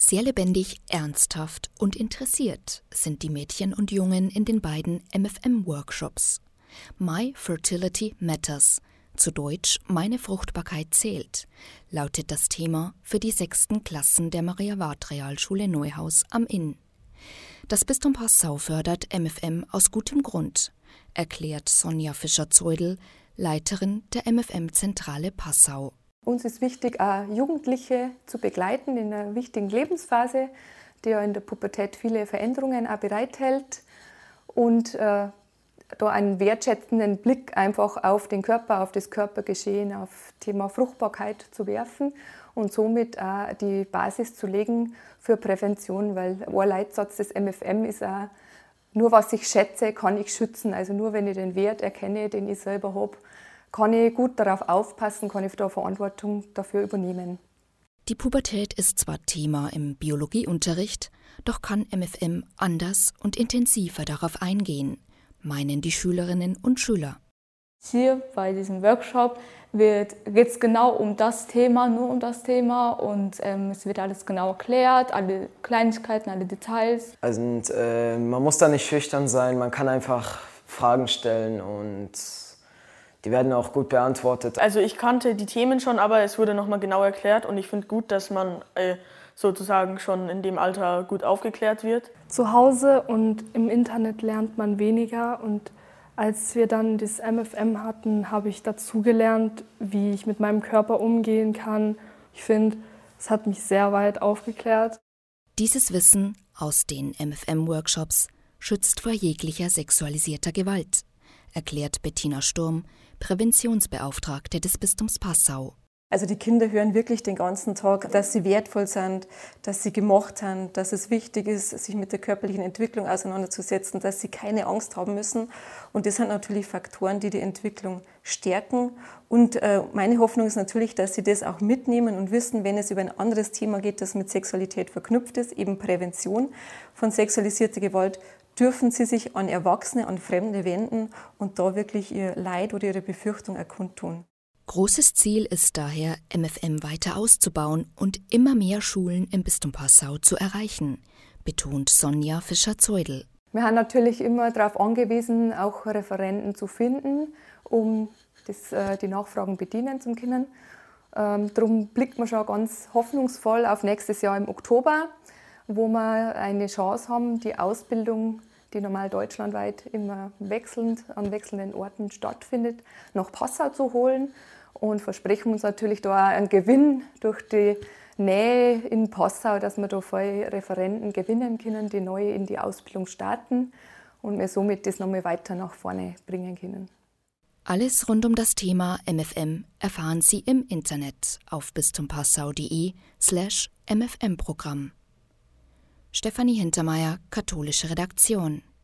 Sehr lebendig, ernsthaft und interessiert sind die Mädchen und Jungen in den beiden MFM-Workshops. My Fertility Matters, zu Deutsch Meine Fruchtbarkeit zählt, lautet das Thema für die 6. Klassen der Maria-Ward-Realschule Neuhaus am Inn. Das Bistum Passau fördert MFM aus gutem Grund, erklärt Sonja Fischer-Zeudel, Leiterin der MFM-Zentrale Passau. Uns ist wichtig, auch Jugendliche zu begleiten in einer wichtigen Lebensphase, die ja in der Pubertät viele Veränderungen auch bereithält. Und da einen wertschätzenden Blick einfach auf den Körper, auf das Körpergeschehen, auf Thema Fruchtbarkeit zu werfen und somit auch die Basis zu legen für Prävention, weil ein Leitsatz des MFM ist auch, nur was ich schätze, kann ich schützen. Also nur wenn ich den Wert erkenne, den ich selber habe, kann ich gut darauf aufpassen, kann ich da Verantwortung dafür übernehmen. Die Pubertät ist zwar Thema im Biologieunterricht, doch kann MFM anders und intensiver darauf eingehen, meinen die Schülerinnen und Schüler. Hier bei diesem Workshop geht es genau um das Thema, nur um das Thema und es wird alles genau erklärt, alle Kleinigkeiten, alle Details. Also man muss da nicht schüchtern sein, man kann einfach Fragen stellen und die werden auch gut beantwortet. Also ich kannte die Themen schon, aber es wurde nochmal genau erklärt und ich finde gut, dass man sozusagen schon in dem Alter gut aufgeklärt wird. Zu Hause und im Internet lernt man weniger und als wir dann das MFM hatten, habe ich dazugelernt, wie ich mit meinem Körper umgehen kann. Ich finde, es hat mich sehr weit aufgeklärt. Dieses Wissen aus den MFM-Workshops schützt vor jeglicher sexualisierter Gewalt, erklärt Bettina Sturm, Präventionsbeauftragte des Bistums Passau. Also die Kinder hören wirklich den ganzen Tag, dass sie wertvoll sind, dass sie gemocht sind, dass es wichtig ist, sich mit der körperlichen Entwicklung auseinanderzusetzen, dass sie keine Angst haben müssen. Und das sind natürlich Faktoren, die die Entwicklung stärken. Und meine Hoffnung ist natürlich, dass sie das auch mitnehmen und wissen, wenn es über ein anderes Thema geht, das mit Sexualität verknüpft ist, eben Prävention von sexualisierter Gewalt, dürfen sie sich an Erwachsene, an Fremde wenden und da wirklich ihr Leid oder ihre Befürchtung kundtun. Großes Ziel ist daher, MFM weiter auszubauen und immer mehr Schulen im Bistum Passau zu erreichen, betont Sonja Fischer-Zeudel. Wir sind natürlich immer darauf angewiesen, auch Referenten zu finden, um die Nachfragen bedienen zu können. Darum blickt man schon ganz hoffnungsvoll auf nächstes Jahr im Oktober, wo wir eine Chance haben, die Ausbildung, die normal deutschlandweit immer an wechselnden Orten stattfindet, nach Passau zu holen und versprechen uns natürlich da einen Gewinn durch die Nähe in Passau, dass wir da viele Referenten gewinnen können, die neu in die Ausbildung starten und wir somit das nochmal weiter nach vorne bringen können. Alles rund um das Thema MFM erfahren Sie im Internet auf bistumpassau.de/MFM-Programm. Stefanie Hintermeier, katholische Redaktion.